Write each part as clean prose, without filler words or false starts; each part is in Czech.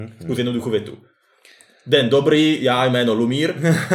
Zkus jednoduchou větu. Den dobrý, já jméno Lumír.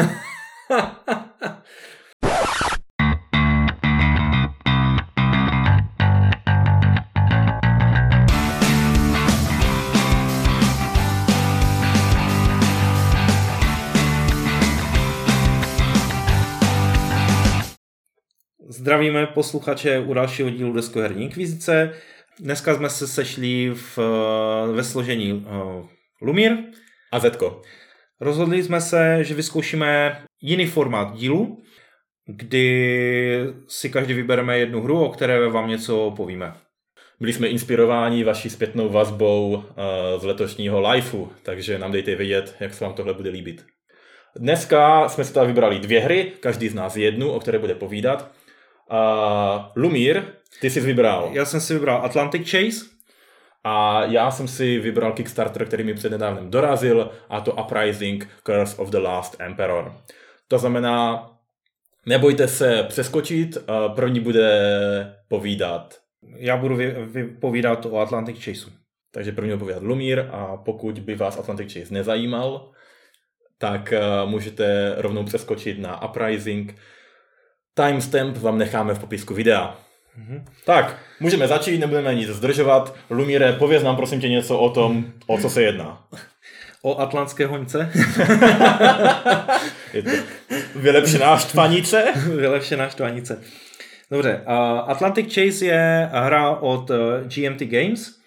Zdravíme posluchače u dalšího dílu Deskoherní inkvizice. Dneska jsme se sešli ve složení Lumír a Zetko. Rozhodli jsme se, že vyzkoušíme jiný formát dílu, kdy si každý vybereme jednu hru, o které vám něco povíme. Byli jsme inspirováni vaší zpětnou vazbou z letošního liveu, takže nám dejte vědět, jak se vám tohle bude líbit. Dneska jsme si tady vybrali 2 hry, každý z nás jednu, o které bude povídat. Lumír, ty jsi vybral. Já jsem si vybral Atlantic Chase. A já jsem si vybral Kickstarter, který mi přednedávnem dorazil, a to Uprising Curse of the Last Emperor. To znamená, nebojte se přeskočit, první bude povídat. Já budu povídat o Atlantic Chaseu. Takže první bude povídat Lumír, a pokud by vás Atlantic Chase nezajímal, tak můžete rovnou přeskočit na Uprising. Timestamp vám necháme v popisku videa. Tak, můžeme začít, nebudeme nic zdržovat. Lumíre, pověz nám prosím tě něco o tom, o co se jedná. O atlantské hoňce. Je to vylepšená štvanice. Vylepšená štvanice. Dobře, Atlantic Chase je hra od GMT Games.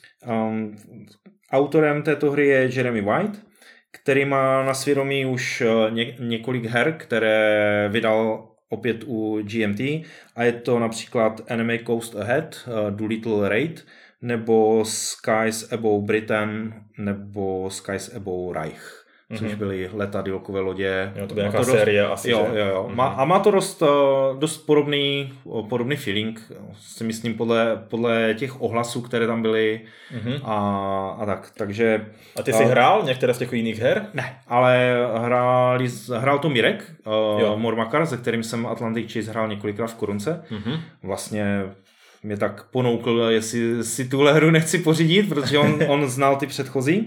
Autorem této hry je Jeremy White, který má na svědomí už několik her, které vydal opět u GMT, a je to například Enemy Coast Ahead, Doolittle Raid, nebo Skies Above Britain, nebo Skies Above Reich, což byly letadýlkové lodě. Jo, to byla nějaká série asi, jo. A má to dost podobný feeling, si myslím, podle těch ohlasů, které tam byly a tak. Takže, a ty jsi hrál některé z těch jiných her? Ne, ale hrál to Mirek Mormakar, se kterým jsem Atlantic Chase hrál několikrát v Korunce. Vlastně mě tak ponoukl, jestli si tuhle hru nechci pořídit, protože on znal ty předchozí.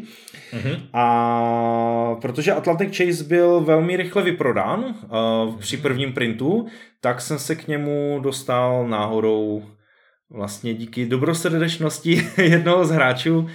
A protože Atlantic Chase byl velmi rychle vyprodán při prvním printu, tak jsem se k němu dostal náhodou vlastně díky dobrosrdečnosti jednoho z hráčů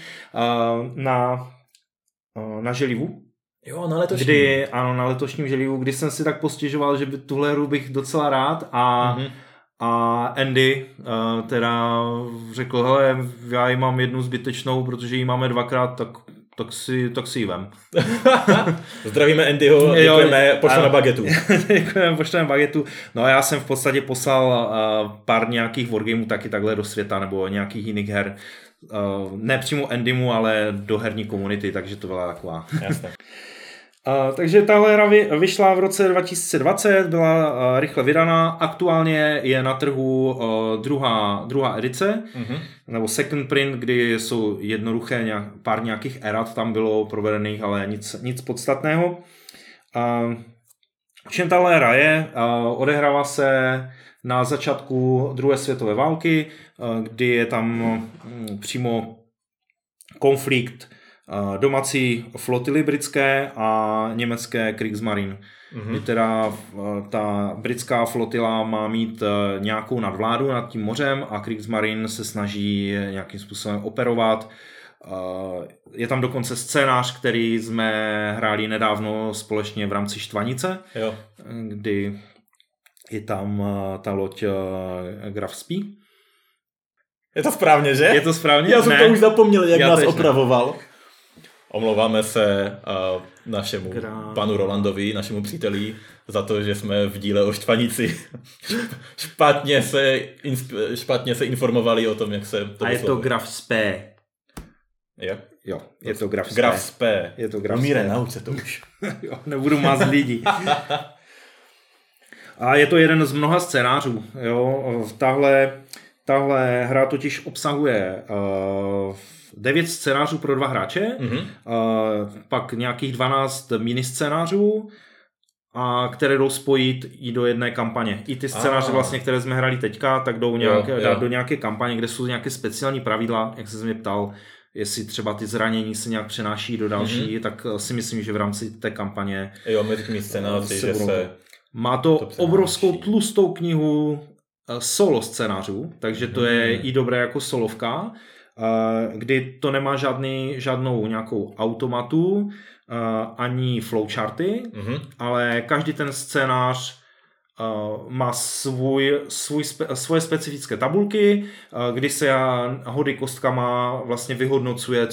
na Želivu. Jo, na letošním. Na letošním Želivu, kdy jsem si tak postěžoval, že by tuhle hru bych docela rád a Andy teda řekl, hele, já ji mám jednu zbytečnou, protože ji máme 2krát, tak si ji vem. Zdravíme Andyho, děkujeme, pošleme bagetu. Děkujeme, pošleme bagetu. No a já jsem v podstatě poslal pár nějakých wargameů taky takhle do světa, nebo nějakých jiných her. Ne přímo Andymu, ale do herní komunity, takže to byla taková. Jasně. Takže tahle hra vyšla v roce 2020, byla rychle vydaná, aktuálně je na trhu druhá edice, nebo second print, kdy jsou jednoduché, pár nějakých erat tam bylo provedených, ale nic podstatného. V čem tahle hra je? Odehrává se na začátku druhé světové války, kdy je tam přímo konflikt domácí flotily britské a německé Kriegsmarine. Kdy teda ta britská flotila má mít nějakou nadvládu nad tím mořem a Kriegsmarine se snaží nějakým způsobem operovat. Je tam dokonce scénář, který jsme hráli nedávno společně v rámci Štvanice, kdy je tam ta loď Graf Spee. Je to správně, že? Je to správně? Já jsem to už zapomněl, jak nás opravoval. Omlouváme se našemu panu Rolandovi, našemu příteli, za to, že jsme v díle o Štvanici špatně se informovali o tom, jak se to vyslovuje. A je to Graf Spee. Jo, je to Graf Spee. Graf Spee. Je to Graf Lumíre, Spee. nauč se to už. Jo, nebudu mázl lidi. A je to jeden z mnoha scénářů. Jo. Tahle hra totiž obsahuje 9 scénářů pro 2 hráče, pak nějakých 12 mini scénářů, a které jdou spojit i do jedné kampaně. I ty scénáře vlastně, které jsme hrali teďka, tak jdou dát do nějaké kampaně, kde jsou nějaké speciální pravidla, jak se mě ptal, jestli třeba ty zranění se nějak přenáší do další, tak si myslím, že v rámci té kampaně mezi těmi scénáři, že se... Má to obrovskou tlustou knihu solo scénářů, takže to je i dobré jako solovka, kdy to nemá žádnou nějakou automatu, ani flowcharty, ale každý ten scénář má svoje specifické tabulky, kdy se hody kostkama vlastně vyhodnocuje,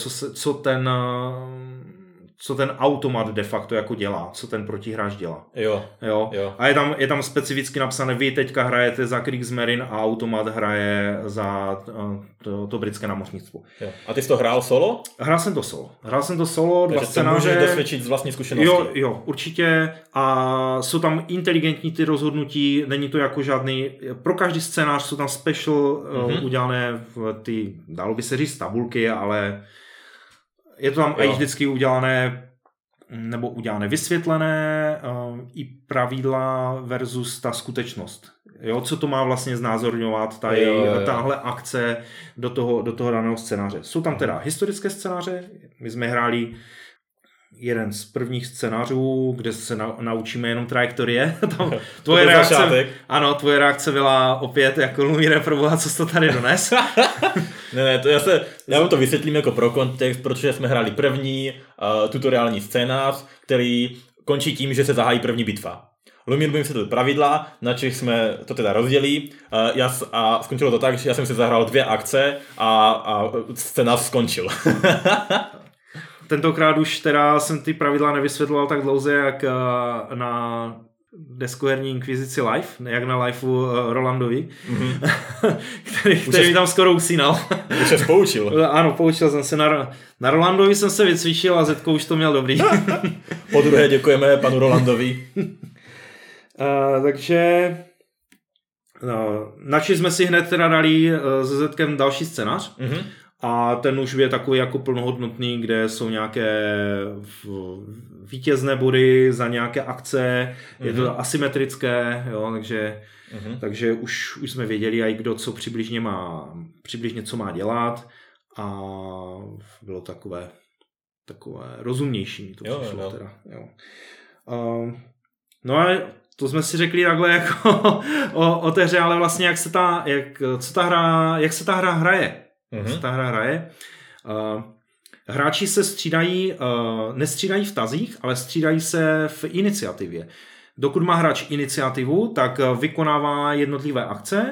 co ten automat de facto jako dělá, co ten protihráč dělá. Jo. A je tam specificky napsané, vy teďka hrajete za Kriegsmarine a automat hraje za to britské námořnictvo. Jo. A ty jsi to hrál solo? Hrál jsem to solo, dva scénáře. Takže to můžeš dosvědčit z vlastní zkušenosti. Jo, určitě. A jsou tam inteligentní ty rozhodnutí, není to jako žádný, pro každý scénář jsou tam special udělané dalo by se říct tabulky, ale je to tam i vždycky udělané vysvětlené i pravidla versus ta skutečnost. Jo, co to má vlastně znázorňovat tahle akce do toho daného scénáře. Jsou tam teda historické scénáře, my jsme hráli jeden z prvních scénářů, kde se naučíme jenom trajektorie. Tvoje reakce byla opět jako Lumíre, proboha, co jsi to tady dones? Ne, já vám to vysvětlím jako pro kontext, protože jsme hráli první tutoriální scénář, který končí tím, že se zahájí první bitva. Lumír by vysvětlil pravidla, načež jsme to teda rozdělili a skončilo to tak, že já jsem si zahrál 2 akce a scénář skončil. Tentokrát už teda jsem ty pravidla nevysvětloval tak dlouze, jak na deskoherní inkvizici live, jak na liveu Rolandovi, který mi tam skoro usínal. Už se poučil. Ano, poučil jsem se. Na Rolandovi jsem se vycvičil a Zetko už to měl dobrý. Podruhé děkujeme panu Rolandovi. Takže načež jsme si hned teda dali se Zetkem další scénář. A ten už je takový jako plnohodnotný, kde jsou nějaké vítězné body za nějaké akce, je to asymetrické, jo, takže už jsme věděli i kdo co přibližně co má dělat a bylo takové rozumnější. To přišlo teda, jo. No a to jsme si řekli takhle jako o té hře, ale vlastně jak se ta hra hraje. Hráči se nestřídají v tazích, ale střídají se v iniciativě. Dokud má hráč iniciativu, tak vykonává jednotlivé akce,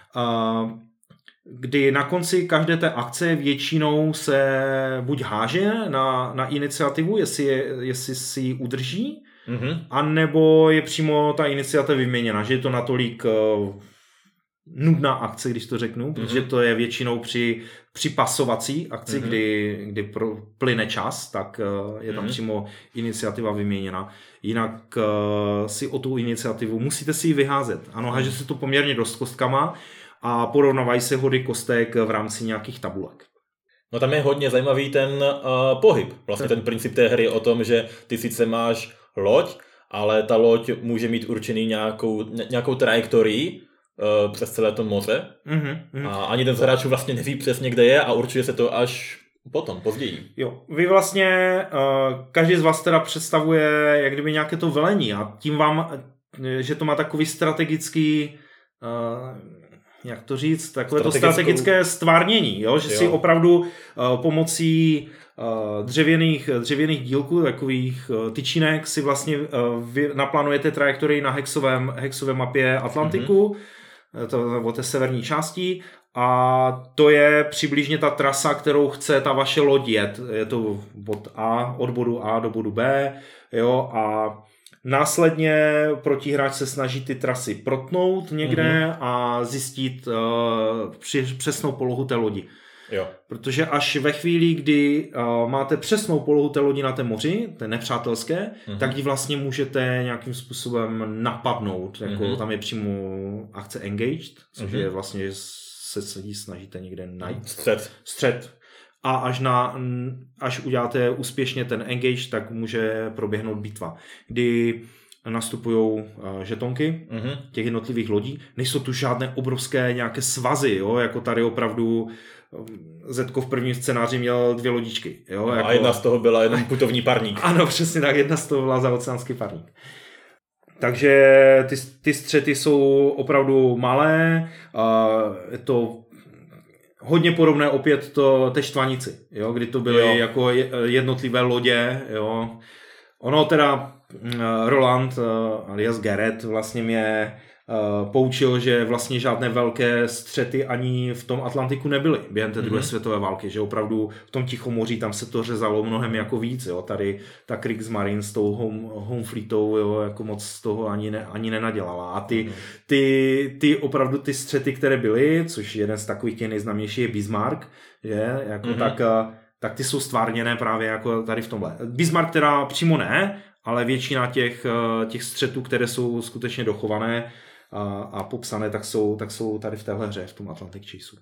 kdy na konci každé té akce většinou se buď háže na iniciativu, jestli si ji udrží, anebo je přímo ta iniciativa vyměněna, že je to natolik nudná akce, když to řeknu, protože to je většinou při pasovací akci, kdy plyne čas, tak je tam přímo iniciativa vyměněna. Jinak si o tu iniciativu musíte si ji vyházet. Ano, háže se to poměrně dost kostkama a porovnávají se hody kostek v rámci nějakých tabulek. No tam je hodně zajímavý ten pohyb. Vlastně ten princip té hry o tom, že ty sice máš loď, ale ta loď může mít určený nějakou trajektorii přes celé to moře a ani ten z hráčů vlastně neví přesně, kde je a určuje se to až potom, později. Jo, vy vlastně, každý z vás teda představuje jak kdyby nějaké to velení a tím že to má takový strategický, jak to říct, takové to strategické stvárnění, jo? Že si opravdu pomocí dřevěných dílků, takových tyčinek si vlastně naplánujete trajektorii na hexové mapě Atlantiku, o té severní části a to je přibližně ta trasa, kterou chce ta vaše loď jet. Je to od bodu A do bodu B, jo, a následně protihráč se snaží ty trasy protnout někde a zjistit přesnou polohu té lodi. Jo. Protože až ve chvíli, kdy máte přesnou polohu té lodi na té moři, té nepřátelské, tak ji vlastně můžete nějakým způsobem napadnout. Jako tam je přímo akce engaged, což je vlastně, že se snažíte někde najít. Střed. A až uděláte úspěšně ten engage, tak může proběhnout bitva, kdy nastupují žetonky těch jednotlivých lodí. Nejsou tu žádné obrovské nějaké svazy, jo? Jako tady opravdu Zetko v prvním scénáři měl 2 lodičky. Jo, jako... A jedna z toho byla jenom putovní parník. Ano, přesně tak, jedna z toho byla zaoceánský parník. Takže ty střety jsou opravdu malé, je to hodně podobné opět té Štvanici, jo, kdy to byly jako jednotlivé lodě. Jo. Ono teda Roland alias Garrett vlastně mě poučil, že vlastně žádné velké střety ani v tom Atlantiku nebyly během té druhé světové války, že opravdu v tom Tichomoří tam se to řezalo mnohem jako víc, jo. Tady ta Kriegsmarine s tou home fleetou, jo, jako moc z toho ani nenadělala. A ty opravdu ty střety, které byly, což jeden z takových těch nejznámějších je Bismarck, že, jako tak ty jsou stvárněné právě jako tady v tomhle. Bismarck teda přímo ne, ale většina těch střetů, které jsou skutečně dochované a popsané, tak jsou tady v téhle hře, v tom Atlantic Chaseu.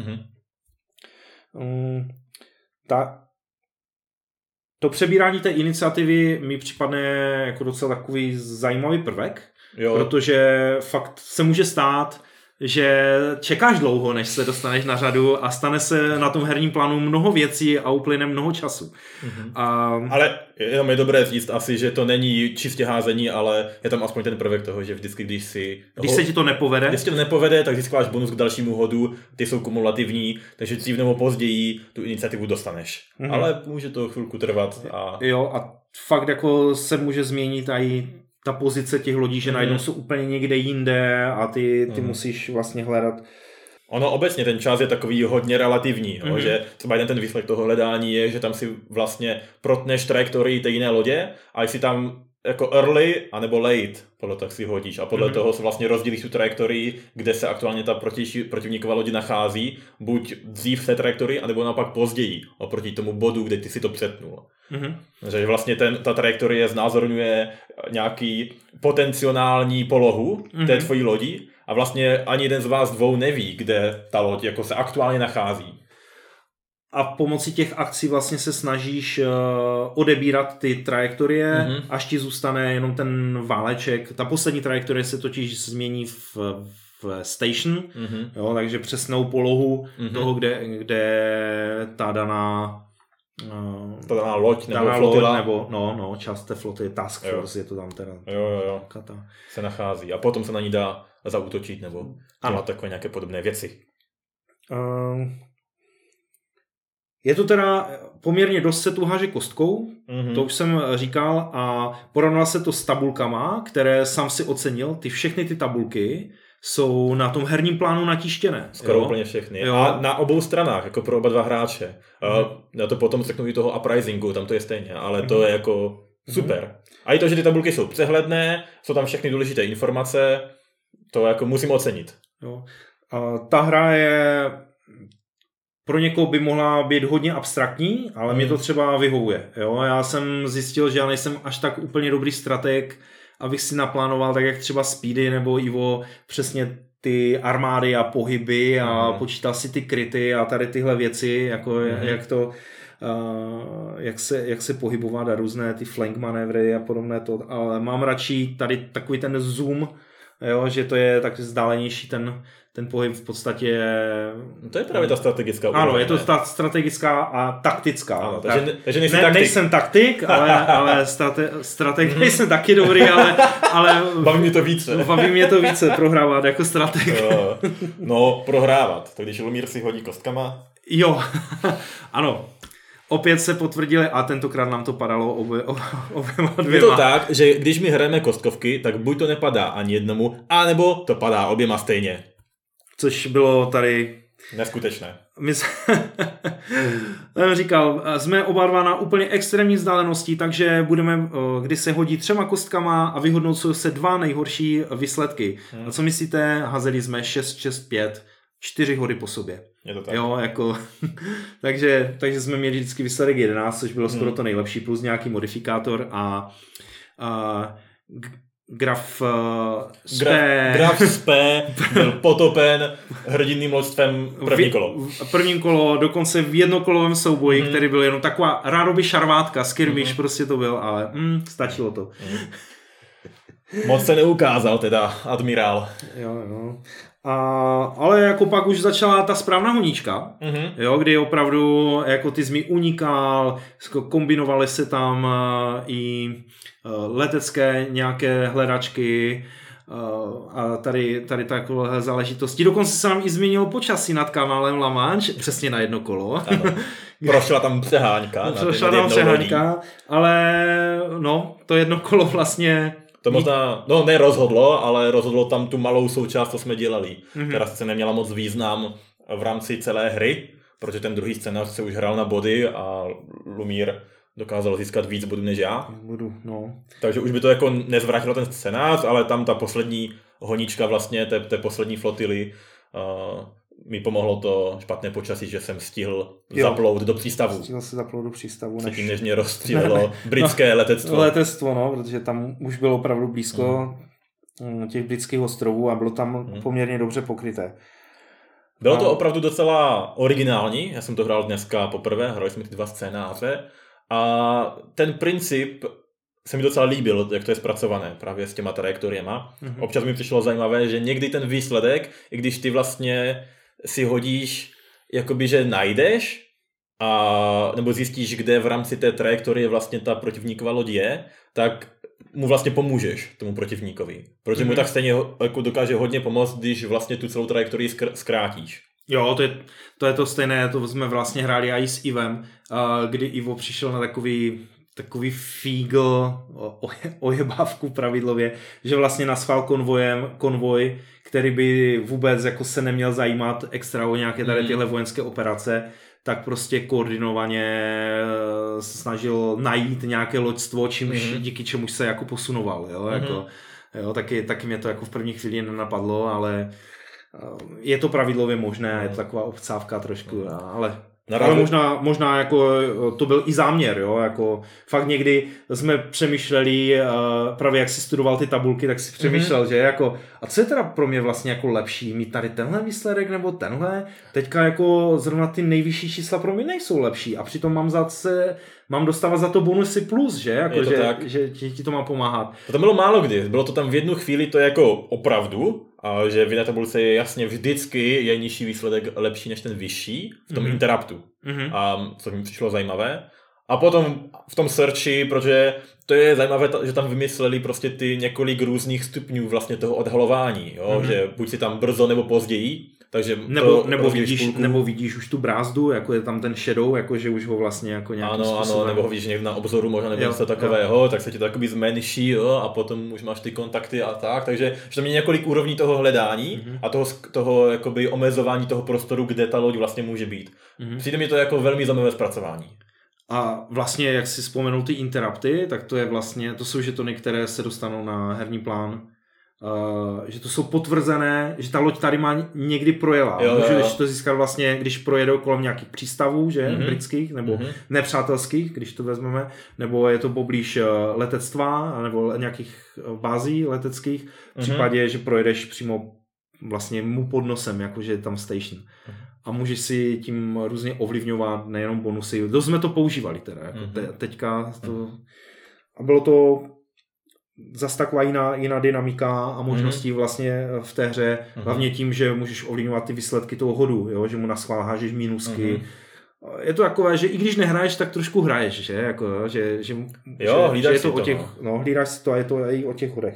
To přebírání té iniciativy mi připadne jako docela takový zajímavý prvek, protože fakt se může stát, že čekáš dlouho, než se dostaneš na řadu a stane se na tom herním plánu mnoho věcí a uplyne mnoho času. Ale jenom je dobré říct asi, že to není čistě házení, ale je tam aspoň ten prvek toho, že vždycky, když se ti to nepovede? Když se to nepovede, tak získáš bonus k dalšímu hodu, ty jsou kumulativní, takže dřív nebo později tu iniciativu dostaneš. Ale může to chvilku trvat. Jo, a fakt jako se může změnit i ta pozice těch lodí, že najednou jsou úplně někde jinde a ty musíš vlastně hledat. Ono obecně ten čas je takový hodně relativní, že třeba jeden ten výsledek toho hledání je, že tam si vlastně protneš trajektorii té jiné lodě a jestli tam jako early anebo late, podle tak si hodíš a podle toho se vlastně rozdělíš tu trajektorii, kde se aktuálně ta protivníková lodi nachází, buď dřív v té trajektorii, anebo naopak později, oproti tomu bodu, kde ty si to přetnul. Takže vlastně ta trajektorie znázorňuje nějaký potenciální polohu té tvojí lodi a vlastně ani jeden z vás dvou neví, kde ta loď jako se aktuálně nachází. A pomocí těch akcí vlastně se snažíš odebírat ty trajektorie, až ti zůstane jenom ten váleček. Ta poslední trajektorie se totiž změní v station, jo, takže přesnou polohu toho, kde ta daná loď nebo flotila. Nebo část té floty, task force je to tam teda. Jo. Se nachází a potom se na ní dá zaútočit nebo dělat takové nějaké podobné věci. Je to teda poměrně dost se tu háže kostkou, to už jsem říkal, a porovnal se to s tabulkama, které sám si ocenil. Všechny ty tabulky jsou na tom herním plánu natištěné. Skoro úplně všechny. Jo. A na obou stranách, jako pro oba dva hráče. Já to potom řeknu i toho uprisingu, tam to je stejně, ale to je jako super. A i to, že ty tabulky jsou přehledné, jsou tam všechny důležité informace, to jako musím ocenit. Jo. Ta hra je... Pro někoho by mohla být hodně abstraktní, ale mě to třeba vyhovuje. Jo? Já jsem zjistil, že já nejsem až tak úplně dobrý strateg, abych si naplánoval tak jak třeba Speedy nebo Ivo přesně ty armády a pohyby a počítal si ty kryty a tady tyhle věci, jako jak se pohybovat a různé ty flank manévry a podobné to. Ale mám radši tady takový ten zoom, jo, že to je tak vzdálenější ten pohyb v podstatě... To je právě ta strategická úroveň. Ano, je to ta strategická a taktická. Ano, takže nejsi taktik. Nejsem taktik, ale strateg nejsem taky dobrý, ale baví mě to více prohrávat jako strateg. No, prohrávat. Tak když Lumír si hodí kostkama. Jo, ano. Opět se potvrdili a tentokrát nám to padalo oběma dvěma. Je to tak, že když my hrajeme kostkovky, tak buď to nepadá ani jednomu, anebo to padá oběma stejně. Což bylo tady... Neskutečné. Jsem říkal, jsme oba dva na úplně extrémní vzdálenosti, takže budeme, když se hodí 3 kostkama a vyhodnocují se 2 nejhorší výsledky. A co myslíte? Hazeli jsme 6, 6, 5, 4 hody po sobě. Je to tak. Jo, jako, takže jsme měli vždycky výsledek 11, což bylo skoro to nejlepší, plus nějaký modifikátor a Graf Spé byl potopen hrdinným loďstvem prvním kolo, dokonce v jednokolovém souboji, který byl jenom taková rádoby šarvátka, skirmish prostě to byl, ale stačilo to. Moc se neukázal teda admirál. Jo. Ale jako pak už začala ta správná honíčka, jo, kdy opravdu jako ty jsi mi unikal, kombinovaly se tam i letecké nějaké hledačky a tady takové záležitosti. Dokonce se nám i změnilo počasí nad kanálem La Manche, přesně na jedno kolo. Ano. Prošla tam přehánka. Prošla tam přehánka, ale no, to jedno kolo vlastně... To možná, no nerozhodlo, ale rozhodlo tam tu malou součást, co jsme dělali. Která se neměla moc význam v rámci celé hry, protože ten druhý scénář se už hrál na body a Lumír dokázal získat víc bodů než já. Takže už by to jako nezvrátilo ten scénář, ale tam ta poslední honička vlastně, té poslední flotily, mi pomohlo to špatné počasí, že jsem stihl zaplout do přístavu. Stihl se zaplout do přístavu. Předtím, než mě rozstřílelo britské letectvo. Letectvo, no, protože tam už bylo opravdu blízko těch britských ostrovů a bylo tam poměrně dobře pokryté. Bylo to opravdu docela originální, já jsem to hrál dneska poprvé, hrali jsme ty 2 scénáře a ten princip se mi docela líbil, jak to je zpracované právě s těma trajektoriema. Občas mi přišlo zajímavé, že někdy ten výsledek, i když ty vlastně si hodíš, jakoby, že najdeš nebo zjistíš, kde v rámci té trajektorie vlastně ta protivníková loď je, tak mu vlastně pomůžeš tomu protivníkovi. Protože mu tak stejně jako dokáže hodně pomoct, když vlastně tu celou trajektorii zkrátíš. Jo, to je to stejné, to jsme vlastně hráli i s Ivem, kdy Ivo přišel na takový fígl, ojebávku pravidlově, že vlastně naschvál konvoj, který by vůbec jako se neměl zajímat extra o nějaké tady tyhle vojenské operace, tak prostě koordinovaně snažil najít nějaké loďstvo, díky čemu se jako posunoval. Jo? Jako, jo, taky mě to jako v první chvíli nenapadlo, ale je to pravidlově možné, je to taková obcávka trošku, ale možná jako to byl i záměr, jo, jako fakt někdy jsme přemýšleli, právě jak si studoval ty tabulky, tak si přemýšlel, že jako, a co je teda pro mě vlastně jako lepší, mít tady tenhle výsledek nebo tenhle, teďka jako zrovna ty nejvyšší čísla pro mě nejsou lepší a přitom mám dostávat za to bonusy plus, že, jako, že ti to má pomáhat. To bylo málo kdy, bylo to tam v jednu chvíli to jako opravdu, a že v jedné tabulce je jasně vždycky je nižší výsledek lepší než ten vyšší v tom interruptu. A co mi přišlo zajímavé. A potom v tom searchi, protože to je zajímavé, že tam vymysleli prostě ty několik různých stupňů vlastně toho odhalování, jo? Že buď si tam brzo nebo později, takže nebo vidíš už tu brázdu, jako je tam ten shadow, jako že už ho vlastně jako nějakým způsobem... Ano, nebo ho vidíš někde na obzoru možná nebo něco takového, tak se ti to jakoby zmenší, jo, a potom už máš ty kontakty a tak, takže že tam je několik úrovní toho hledání a toho jakoby omezování toho prostoru, kde ta loď vlastně může být. Přijde mi to jako velmi zajímavé zpracování. A vlastně, jak si vzpomenul ty interrupty, tak to jsou žetony, které se dostanou na herní plán. Že to jsou potvrzené, že ta loď tady má někdy projela. Můžeš to získat vlastně, když projedou kolem nějakých přístavů, že, britských, nebo nepřátelských, když to vezmeme, nebo je to poblíž letectva, nebo nějakých bází leteckých, v případě, že projedeš přímo vlastně mu pod nosem, jakože je tam station. A můžeš si tím různě ovlivňovat nejenom bonusy. Dost jsme to používali teda, jako teďka to... A bylo to zase taková jiná dynamika a možností vlastně v té hře, hlavně tím, že můžeš ovlivňovat ty výsledky toho hodu, jo? Že mu naschvál hážeš mínusky. Je to takové, že i když nehraješ, tak trošku hraješ, že? Jako, že je to o těch, hlídáš si to a je to i o těch hodech.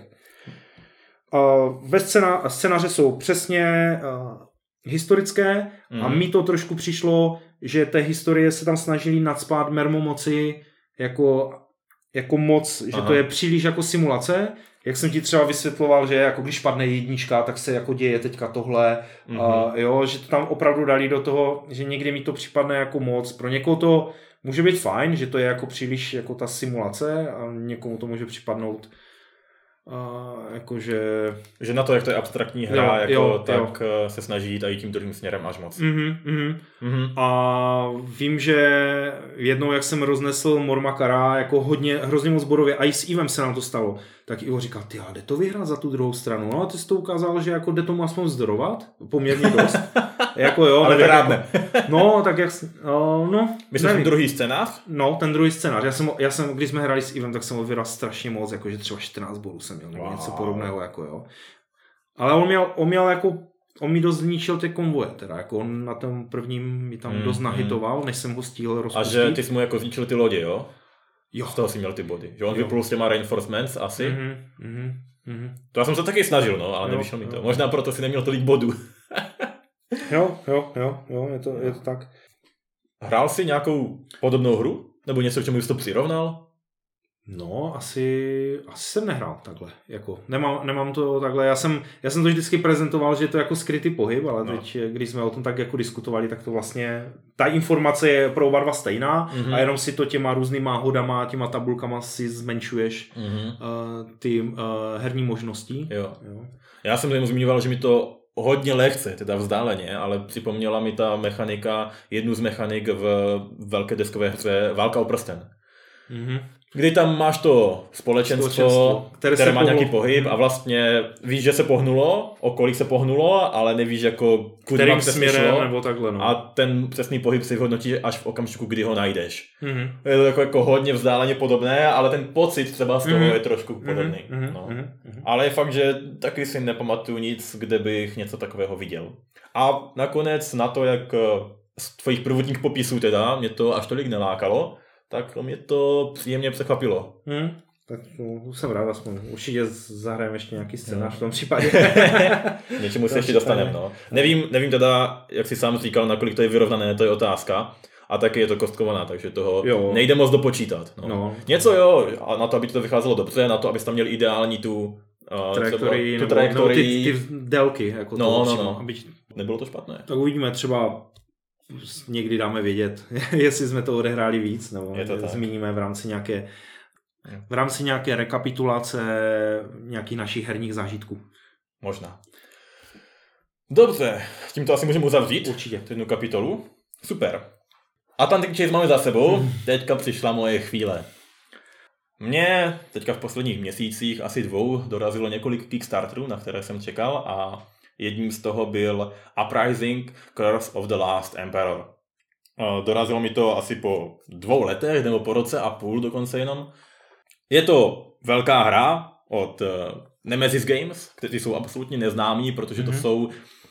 Ve scénáře jsou přesně historické a mi to trošku přišlo, že té historie se tam snažili nacpat mermomoci jako moc, že to je příliš jako simulace, jak jsem ti třeba vysvětloval, že jako když padne jednička, tak se jako děje teďka tohle, jo, že to tam opravdu dali do toho, že někdy mi to připadne jako moc, pro někoho to může být fajn, že to je jako příliš jako ta simulace a někomu to může připadnout jakože... Že na to, jak to je abstraktní hra, tak se snaží jít a jít tím druhým směrem až moc. A vím, že jednou, jak jsem roznesl Mormakara, jako hrozně moc bodově, a i s Ivem se nám to stalo, tak Ivo říkal, ty, ale jde to vyhrát za tu druhou stranu. No a ty jsi to ukázal, že jako jde tomu aspoň zdorovat, poměrně dost. Jako jo, ale rád ne. No, tak jak... Myslíš ten druhý scénář? No, ten druhý scénář. Já jsem, když jsme hráli s Ivem, tak jsem odvěral strašně moc, jakože třeba 14 bodů jsem měl, nebo něco podobného, jako jo. Ale on měl jako on mi dost zničil ty konvoje, teda jako on na tom prvním mi tam dost nahitoval, než jsem ho stihl rozpustit. A že ty jsi mu jako zničil ty lodě, jo? Jo. Z toho si měl ty body. Že on vyplul s těma reinforcements asi. To já jsem se taky snažil, no, ale nevyšlo mi to. Možná proto si neměl tolik bodů. Jo, je to tak. Hrál jsi nějakou podobnou hru? Nebo něco, k čemu jsi to přirovnal? No, asi jsem nehrál takhle. Jako, nemám to takhle. Já jsem to vždycky prezentoval, že je to jako skrytý pohyb, ale teď, když jsme o tom tak jako diskutovali, tak to vlastně, ta informace je pro oba dva stejná a jenom si to těma různýma hodama, těma tabulkama si zmenšuješ ty herní možnosti. Jo. Já jsem jenom zmiňoval, že mi to hodně lehce, teda vzdáleně, ale připomněla mi ta mechanika, jednu z mechanik v velké deskové hře Válka o prsten. Kdy tam máš to společenstvo, které má nějaký pohyb a vlastně víš, že se pohnulo, o kolik se pohnulo, ale nevíš, jako kudy vám přesně šlo. Nebo takhle, no. A ten přesný pohyb si hodnotí až v okamžiku, kdy ho najdeš. Je to jako hodně vzdáleně podobné, ale ten pocit třeba z toho je trošku podobný. Ale je fakt, že taky si nepamatuju nic, kde bych něco takového viděl. A nakonec na to, jak z tvojich prvotních popisů teda, mě to až tolik nelákalo, tak mě to příjemně překvapilo. Tak jsem rád, aspoň určitě zahrajeme ještě nějaký scénář v tom případě. Něčemu se ještě dostaneme, no. Nevím teda, jak jsi sám říkal, nakolik to je vyrovnané, to je otázka. A taky je to kostkovaná, takže toho nejde moc dopočítat. No. Něco jo, a na to, aby to vycházelo dobře, na to, abys tam měl ideální tu trajektorii. Ty délky. Jako no. Nebylo to špatné. Tak uvidíme, třeba někdy dáme vědět, jestli jsme to odehráli víc, nebo zmíníme v rámci nějaké rekapitulace nějakých našich herních zážitků. Možná. Dobře, tím to asi můžeme uzavřít. Určitě. Tu jednu kapitolu. Super. Atlantic Chase máme za sebou, teďka přišla moje chvíle. Mně teďka v posledních měsících asi 2 dorazilo několik Kickstarterů, na které jsem čekal a jedním z toho byl Uprising Curse of the Last Emperor. Dorazilo mi to asi po 2 letech, nebo po roce a půl dokonce jenom. Je to velká hra od Nemesis Games, kteří jsou absolutně neznámí, protože to jsou...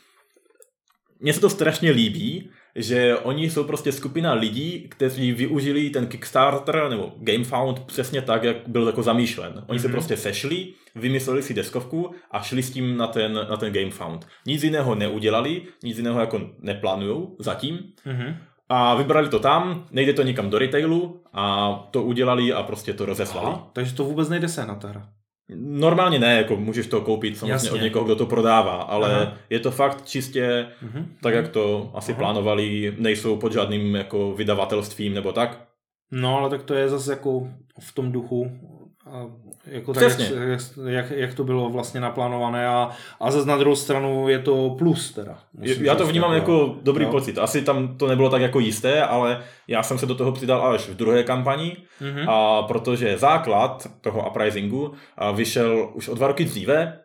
Mně se to strašně líbí, že oni jsou prostě skupina lidí, kteří využili ten Kickstarter nebo GameFound přesně tak, jak byl jako zamýšlen. Oni se prostě sešli, vymysleli si deskovku a šli s tím na ten GameFound. Nic jiného neudělali, nic jiného jako neplánujou zatím. A vybrali to tam, nejde to nikam do retailu a to udělali a prostě to rozeslali. Takže to vůbec nejde sehnat ta hra. Normálně ne, jako můžeš to koupit samozřejmě od někoho, kdo to prodává, ale je to fakt čistě tak, jak to asi plánovali, nejsou pod žádným jako vydavatel,stvím nebo tak. No, ale tak to je zase jako v tom duchu, jako tak, jak to bylo vlastně naplánované a zase na druhou stranu je to plus teda. Já to vnímám jako dobrý pocit. Asi tam to nebylo tak jako jisté, ale já jsem se do toho přidal až v druhé kampani, a protože základ toho Uprisingu vyšel už o 2 roky dříve,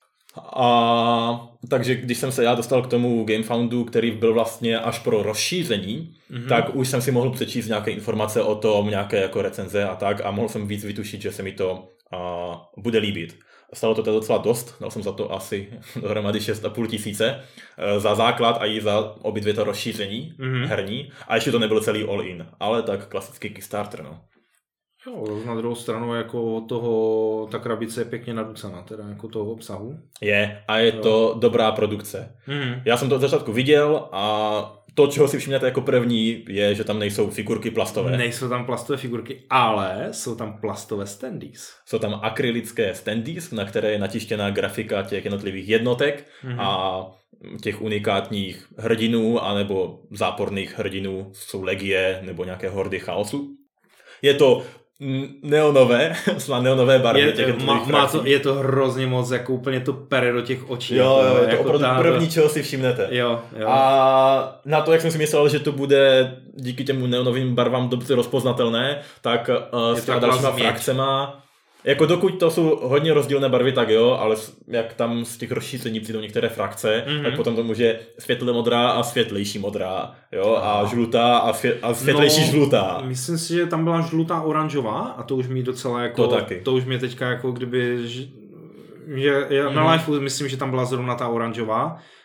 a takže když jsem se já dostal k tomu GameFoundu, který byl vlastně až pro rozšíření, tak už jsem si mohl přečíst nějaké informace o tom, nějaké jako recenze a tak a mohl jsem víc vytušit, že se mi to bude líbit. Stalo to teda docela dost, dal jsem za to asi dohromady 6,5 tisíce za základ a i za obě 2 to rozšíření herní a ještě to nebyl celý all-in, ale tak klasický Kickstarter, no. Jo, na druhou stranu jako toho, ta krabice je pěkně naducená, teda jako toho obsahu. Je a je to dobrá produkce. Já jsem to od začátku viděl a to, čeho si všimnete jako první, je, že tam nejsou figurky plastové. Nejsou tam plastové figurky, ale jsou tam plastové standees. Jsou tam akrylické standees, na které je natištěná grafika těch jednotlivých jednotek a těch unikátních hrdinů anebo záporných hrdinů, jsou legie nebo nějaké hordy chaosu. Je to neonové barvy. Je to hrozně moc, jako úplně to pere do těch očí. Jo, je to jako opravdu první, čeho si všimnete. Jo. A na to, jak jsem si myslel, že to bude díky těm neonovým barvám dobře rozpoznatelné, tak s těma dalšíma frakcema, jako dokud to jsou hodně rozdílné barvy, tak jo, ale jak tam z těch rozšíření přijdou některé frakce, tak potom to může světle modrá a světlejší modrá, jo, a žlutá a světlejší žlutá. Myslím si, že tam byla žlutá oranžová a to už mi docela jako, to už mě teďka jako kdyby, že já na Lifeu myslím, že tam byla zrovna ta oranžová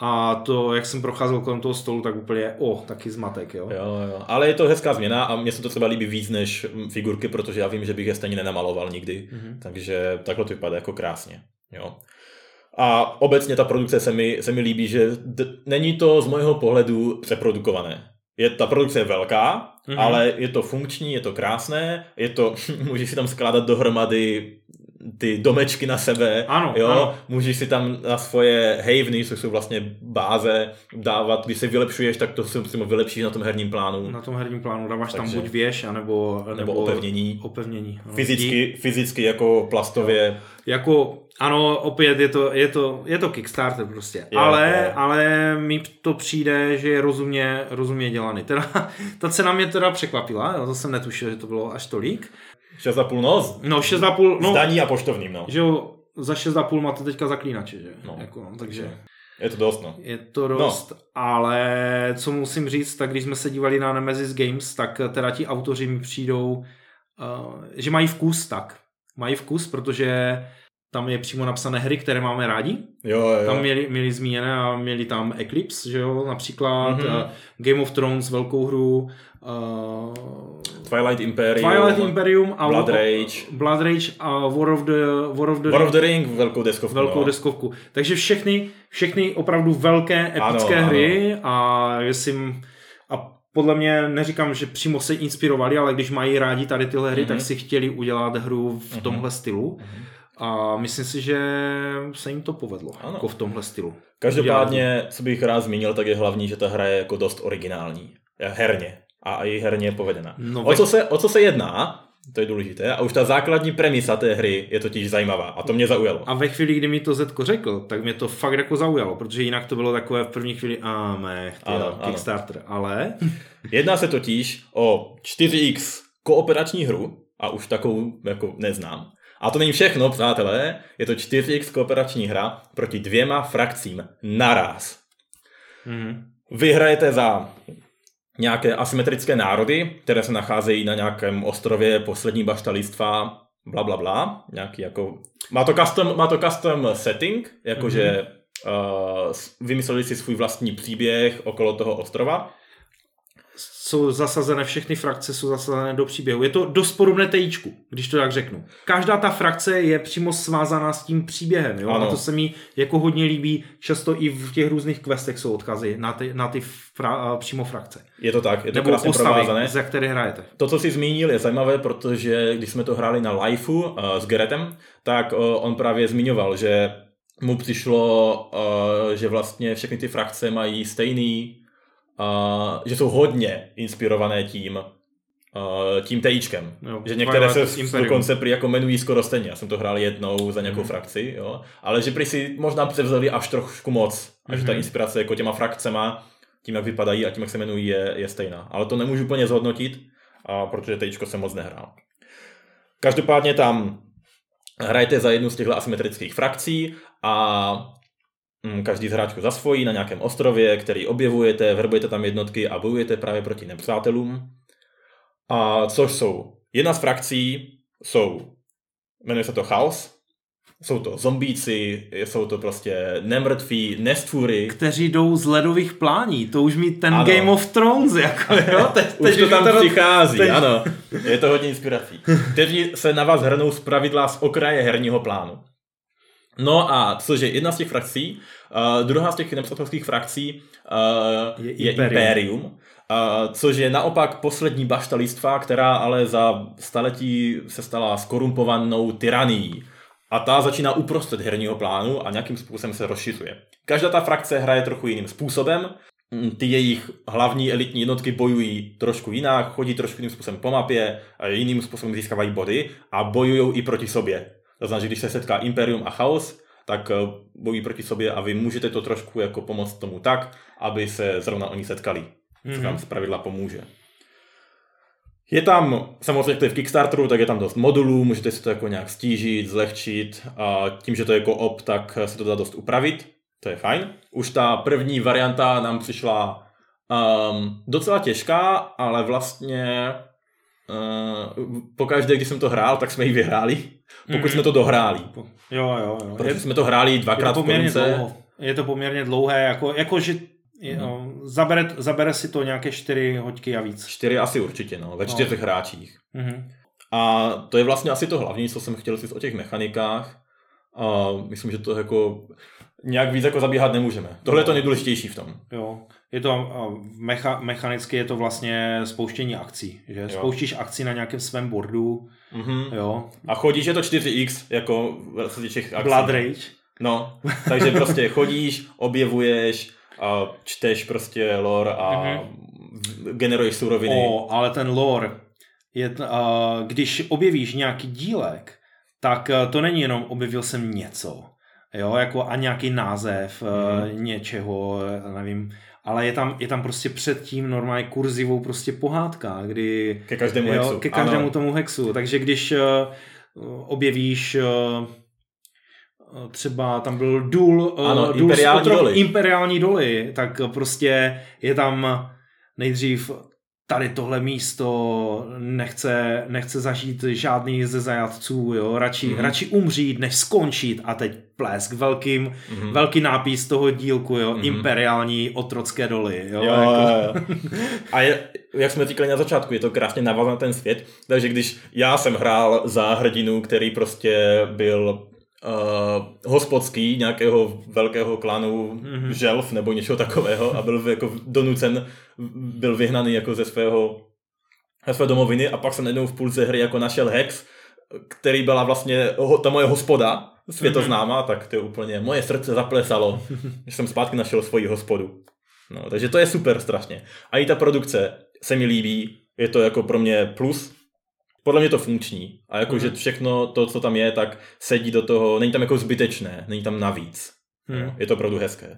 A to, jak jsem procházel kolem toho stolu, tak úplně, taky zmatek, jo. Jo. Ale je to hezká změna a mně se to třeba líbí víc než figurky, protože já vím, že bych je stejně nenamaloval nikdy. Takže takhle to vypadá jako krásně, jo. A obecně ta produkce se mi líbí, že není to z mého pohledu přeprodukované. Ta produkce je velká, ale je to funkční, je to krásné, můžeš si tam skládat dohromady ty domečky na sebe, ano. Můžeš si tam na svoje haveny, což jsou vlastně báze, dávat, když se vylepšuješ, tak to si vylepšíš na tom herním plánu. Na tom herním plánu dáváš tam buď věž, nebo opevnění. No. Fyzicky jako plastově. Ano, opět je to Kickstarter prostě, ale mi to přijde, že je rozumně dělaný. Teda, ta cena mě teda překvapila, to jsem netušil, že to bylo až tolik. 6,5 No 6,5 zdaní a poštovním, Že jo, za 6,5 máte teďka zaklínače, že? Takže je to dost, no. Je to dost, ale co musím říct, tak když jsme se dívali na Nemesis Games, tak teda ti autoři mi přijdou, že mají vkus, protože tam je přímo napsané hry, které máme rádi. Jo. Tam měli zmíněné a měli tam Eclipse, že jo, například Game of Thrones, velkou hru, Twilight Imperium a Blood Rage a War of the Ring, velkou deskovku. Takže všechny opravdu velké epické hry a podle mě neříkám, že přímo se inspirovali, ale když mají rádi tady tyhle hry, tak si chtěli udělat hru v tomhle stylu. A myslím si, že se jim to povedlo, jako v tomhle stylu. Každopádně, co bych rád zmínil, tak je hlavní, že ta hra je jako dost originální. Herně. A i herně je povedená. O co se jedná, to je důležité, a už ta základní premisa té hry je totiž zajímavá. A to mě zaujalo. A ve chvíli, kdy mi to Zetko řekl, tak mě to fakt jako zaujalo, protože jinak to bylo takové v první chvíli, Kickstarter, ale... Jedná se totiž o 4X kooperační hru, a už takovou jako neznám. A to není všechno, přátelé, je to 4X kooperační hra proti 2 frakcím naraz. Vy hrajete za nějaké asymetrické národy, které se nacházejí na nějakém ostrově poslední bašta lidstva, blablabla, nějaký jako... Má to custom setting, jakože vymysleli si svůj vlastní příběh okolo toho ostrova. Jsou zasazené, všechny frakce jsou zasazené do příběhu. Je to dost podobné TIčku, když to tak řeknu. Každá ta frakce je přímo svázaná s tím příběhem, jo? A to se mi jako hodně líbí, často i v těch různých questech jsou odkazy na ty přímo frakce. Je to tak, je to krásně provázané. Za které hrajete. To, co jsi zmínil, je zajímavé, protože když jsme to hráli na liveu s Geretem, tak on právě zmiňoval, že mu přišlo, že vlastně všechny ty frakce mají stejný, že jsou hodně inspirované tím TIčkem. Že některé se dokonce jako jmenují skoro stejně. Já jsem to hrál jednou za nějakou frakci, jo? Ale že prý si možná převzali až trošku moc. A že ta inspirace jako těma frakcema, tím jak vypadají a tím jak se jmenují je stejná. Ale to nemůžu úplně zhodnotit, protože TIčko jsem moc nehrál. Každopádně tam hrajete za jednu z těchto asymetrických frakcí a každý z hráčů za svojí na nějakém ostrově, který objevujete, verbujete tam jednotky a bojujete právě proti nepřátelům. A což jsou jedna z frakcí, jmenuje se to Chaos, jsou to zombíci, jsou to prostě nemrtví, nestvůry. Kteří jdou z ledových plání, to už mi ten Game of Thrones, jako jo. Už to tam přichází, ano. Je to hodně inspirací. Kteří se na vás hrnou zpravidla z okraje herního plánu. No a což je jedna z těch frakcí, druhá z těch nepřátelských frakcí je Imperium, což je naopak poslední bašta lidstva, která ale za staletí se stala skorumpovanou tyranií. A ta začíná uprostřed herního plánu a nějakým způsobem se rozšiřuje. Každá ta frakce hraje trochu jiným způsobem, ty jejich hlavní elitní jednotky bojují trošku jinak, chodí trošku jiným způsobem po mapě, a jiným způsobem získávají body a bojují i proti sobě. To znamená, že když se setká Imperium a Chaos, tak bojují proti sobě a vy můžete to trošku jako pomoct tomu tak, aby se zrovna oni setkali. Co vám zpravidla pomůže. Je tam, samozřejmě to je v Kickstarteru, tak je tam dost modulů, můžete si to jako nějak stížit, zlehčit a tím, že to je co-op, tak se to dá dost upravit. To je fajn. Už ta první varianta nám přišla docela těžká, ale vlastně pokaždé, když jsem to hrál, tak jsme ji vyhráli, pokud jsme to dohráli. Jo. Protože jsme to hráli dvakrát v konce. Je to poměrně dlouhé, jakože zabere si to nějaké 4 hoďky a víc. 4 asi určitě, no, ve 4 hráčích. A to je vlastně asi to hlavní, co jsem chtěl říct o těch mechanikách. A myslím, že to jako nějak víc jako zabíhat nemůžeme. Tohle je to nejdůležitější v tom. Jo. Je to mechanicky je to vlastně spouštění akcí, že? Jo. Spouštíš akci na nějakém svém boardu. Jo. A chodíš, je to 4x, jako v těch akcí. Blood Rage. No, takže prostě chodíš, objevuješ, a čteš prostě lore a generuješ suroviny. Ale ten lore, když objevíš nějaký dílek, tak to není jenom objevil jsem něco, jo, jako a nějaký název něčeho, nevím, ale je tam prostě předtím normálně kurzivou prostě pohádka, kdy ke každému hexu. Ke každému tomu hexu, takže když objevíš třeba tam byl důl imperiální doly, tak prostě je tam nejdřív tady tohle místo nechce zažít žádný ze zajatců, jo, radši umřít, než skončit a teď plesk, velký nápis toho dílku, jo, imperiální otrocké doly, jo. A jak jsme říkali na začátku, je to krásně navazaný na ten svět, takže když já jsem hrál za hrdinu, který prostě byl hospodský nějakého velkého klanu želv nebo něčeho takového a byl jako donucen, byl vyhnaný jako ze své domoviny a pak jsem najednou v půlce hry jako našel hex, který byla vlastně ta moje hospoda světoznámá, tak to je úplně, moje srdce zaplesalo, když jsem zpátky našel svoji hospodu. No, takže to je super strašně. A i ta produkce se mi líbí, je to jako pro mě plus. Podle mě to funkční. A jako, že všechno to, co tam je, tak sedí do toho, není tam jako zbytečné, není tam navíc. Je to opravdu hezké.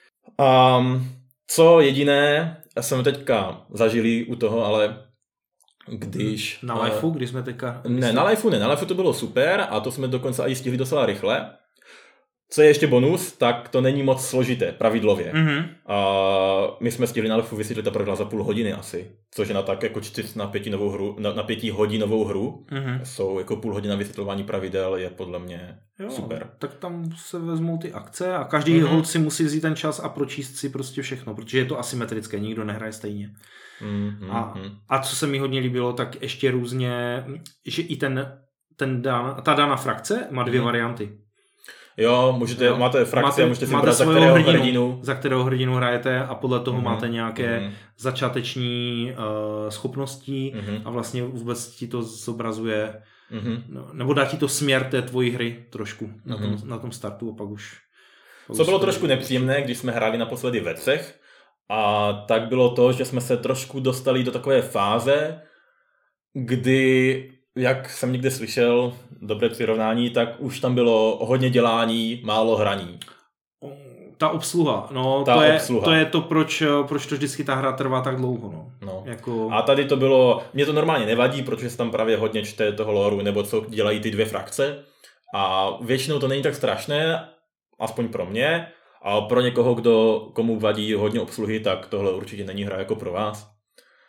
Co jediné, jsem teďka zažili u toho, ale když... Na Lifeu, když jsme teďka... Ne, na Lifeu to bylo super a to jsme dokonce i stihli docela rychle. Co je ještě bonus, tak to není moc složité, pravidlově. A my jsme stihli na Lifeu vysvětlit ta pravidla za půl hodiny asi, což je na tak jako 4 na 5 hodinovou hru. Jsou jako půl hodina vysvětlování pravidel, je podle mě super. Tak tam se vezmou ty akce a každý hold si musí vzít ten čas a pročíst si prostě všechno, protože je to asymetrické, nikdo nehraje stejně. A co se mi hodně líbilo, tak ještě různě, že i ta daná frakce má 2 varianty. Jo, máte frakci a můžete si vybrat, za kterého hrdinu hrajete a podle toho máte nějaké začáteční schopnosti a vlastně vůbec ti to zobrazuje, nebo dá ti to směr té tvojí hry trošku na tom startu a pak už... Co bylo trošku nepříjemné, když jsme hráli naposledy ve 3, a tak bylo to, že jsme se trošku dostali do takové fáze, kdy... Jak jsem někde slyšel, dobré přirovnání, tak už tam bylo hodně dělání, málo hraní. Ta obsluha, to je to, proč to vždycky ta hra trvá tak dlouho. Jako... A tady to bylo, mě to normálně nevadí, protože se tam právě hodně čte toho lore, nebo co dělají ty 2 frakce. A většinou to není tak strašné, aspoň pro mě. A pro někoho, komu vadí hodně obsluhy, tak tohle určitě není hra jako pro vás.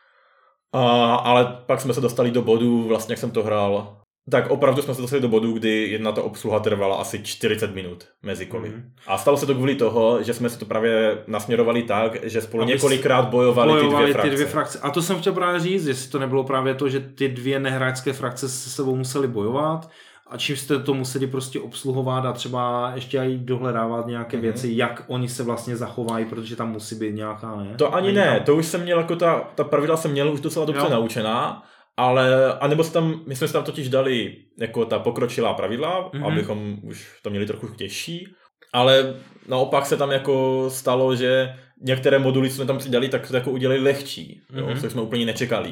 Ale pak jsme se dostali do bodu, vlastně jak jsem to hrál, tak opravdu jsme se dostali do bodu, kdy jedna ta obsluha trvala asi 40 minut mezi koly. A stalo se to kvůli toho, že jsme se to právě nasměrovali tak, že spolu několikrát bojovali ty 2 frakce. A to jsem chtěl právě říct, jestli to nebylo právě to, že ty 2 nehráčské frakce se sebou museli bojovat a čím jste to museli prostě obsluhovat a třeba ještě i dohledávat nějaké věci, jak oni se vlastně zachovají, protože tam musí být nějaká, ne? To ani ne, to už jsem měl jako ta pravidla jsem měl už docela dobře naučená, ale, anebo my jsme si tam totiž dali jako ta pokročilá pravidla, abychom už to měli trochu těžší, ale naopak se tam jako stalo, že některé moduly, co jsme tam přidali, tak to jako udělali lehčí, což jsme úplně nečekali.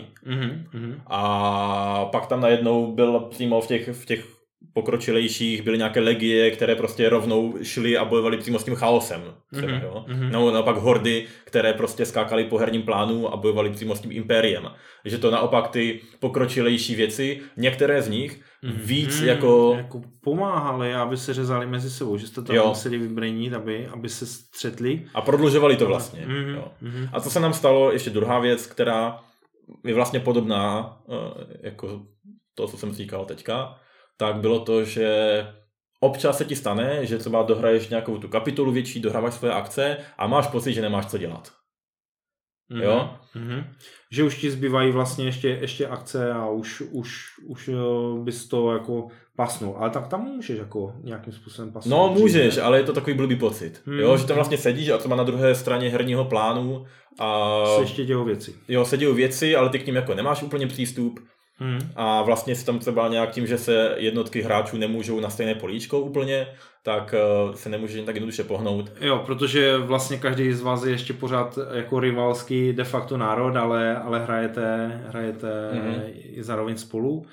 A pak tam najednou byl přímo v těch pokročilejších byly nějaké legie, které prostě rovnou šly a bojovali přímo s tím chaosem. Třeba, No, naopak hordy, které prostě skákaly po herním plánu a bojovali přímo s tím impériem. Že to naopak ty pokročilejší věci, některé z nich víc jako pomáhali, aby se řezali mezi sebou, že jste to museli vybrnit, aby se střetli. A prodlužovali to vlastně. A co se nám stalo, ještě druhá věc, která je vlastně podobná jako to, co jsem říkal teďka, tak bylo to, že občas se ti stane, že třeba dohraješ nějakou tu kapitolu větší, dohráváš svoje akce a máš pocit, že nemáš co dělat. Jo? Že už ti zbývají vlastně ještě akce a už bys to jako pasnul. Ale tak tam můžeš jako nějakým způsobem pasnout. No můžeš, ale je to takový blbý pocit. Jo, že tam vlastně sedíš a třeba na druhé straně herního plánu a se ještě dějou věci. Jo, se dějou věci, ale ty k nim jako nemáš úplně přístup. A vlastně si tam třeba nějak tím, že se jednotky hráčů nemůžou na stejné políčko úplně, tak se nemůže jen tak jednoduše pohnout. Jo, protože vlastně každý z vás je ještě pořád jako rivalský de facto národ, ale hrajete i zároveň spolu.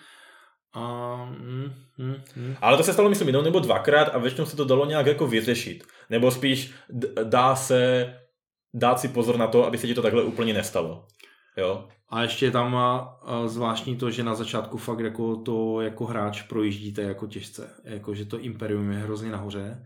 Ale to se stalo myslím jednou nebo dvakrát a většinou se to dalo nějak jako vyřešit. Nebo spíš dá se dát si pozor na to, aby se ti to takhle úplně nestalo. Jo? A ještě je tam zvláštní to, že na začátku fakt jako to jako hráč projíždíte jako těžce. Jako, že to imperium je hrozně nahoře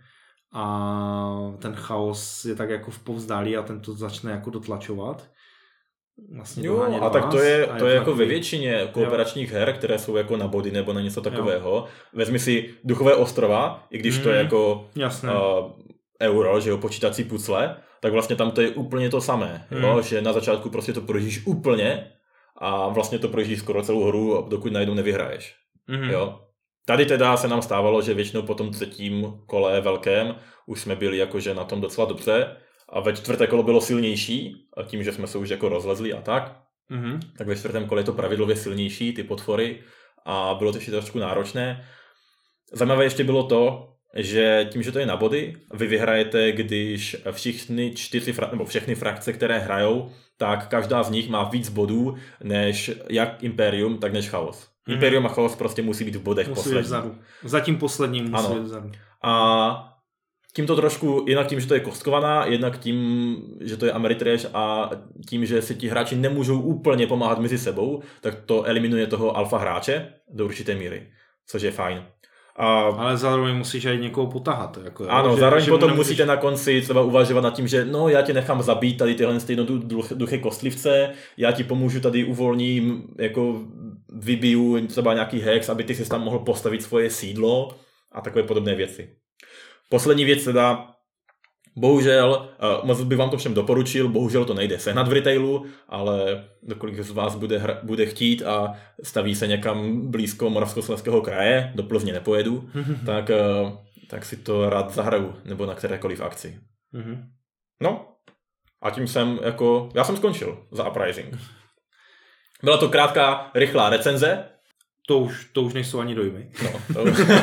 a ten chaos je tak jako v povzdálí a ten to začne jako dotlačovat. Vlastně jo, a tak to je jako ve většině kooperačních her, které jsou jako na body nebo na něco takového. Jo. Vezmi si Duchové ostrova, i když to je jako euro, že jo, počítací pucle, tak vlastně tam to je úplně to samé, jo, že na začátku prostě to projíždíš úplně a vlastně to projíždíš skoro celou hru, dokud najednou nevyhraješ. Jo. Tady teda se nám stávalo, že většinou po tom třetím kole velkém už jsme byli jakože na tom docela dobře a ve čtvrté kolo bylo silnější, a tím, že jsme se už jako rozlezli a tak, tak ve čtvrtém kole je to pravidlově silnější, ty potvory, a bylo to ještě trošku náročné. Zajímavé ještě bylo to, že tím, že to je na body, vy vyhrajete, když všechny frakce, které hrajou, tak každá z nich má víc bodů než jak Imperium, tak než Chaos. Imperium a Chaos prostě musí být v bodech poslední. Zatím posledním musí být vzadu. A tím to trošku, jednak tím, že to je kostkovaná, jednak tím, že to je Ameritrash a tím, že si ti hráči nemůžou úplně pomáhat mezi sebou, tak to eliminuje toho alfa hráče do určité míry, což je fajn. Ale zároveň musíš aj někoho potahat. Jako, ano, zároveň potom musíte na konci třeba uvažovat nad tím, že no, já tě nechám zabít tady tyhle duchy kostlivce, já ti pomůžu tady uvolním, jako vybiju třeba nějaký hex, aby ty si tam mohl postavit svoje sídlo a takové podobné věci. Poslední věc teda, bohužel, moc bych vám to všem doporučil, bohužel to nejde sehnat v retailu, ale dokolik z vás bude chtít a staví se někam blízko Moravskoslezského kraje, do Plzně nepojedu, tak si to rád zahraju, nebo na kterékoliv akci. No, a tím já jsem skončil za Uprising. Byla to krátká, rychlá recenze. To už nejsou ani dojmy. No,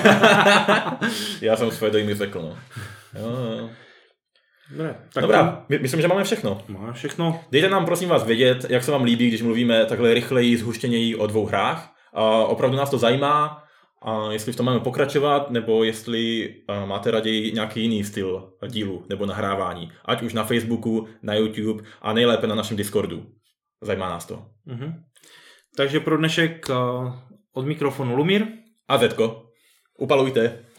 já jsem svoje dojmy řekl, no. Jo. Dobrá, myslím, že máme všechno. Máme všechno. Dejte nám prosím vás vědět, jak se vám líbí, když mluvíme takhle rychleji, zhuštěněji o 2 hrách. Opravdu nás to zajímá, jestli v tom máme pokračovat, nebo jestli máte raději nějaký jiný styl dílu nebo nahrávání. Ať už na Facebooku, na YouTube a nejlépe na našem Discordu. Zajímá nás to. Takže pro dnešek od mikrofonu Lumír a Zetko. Upalujte.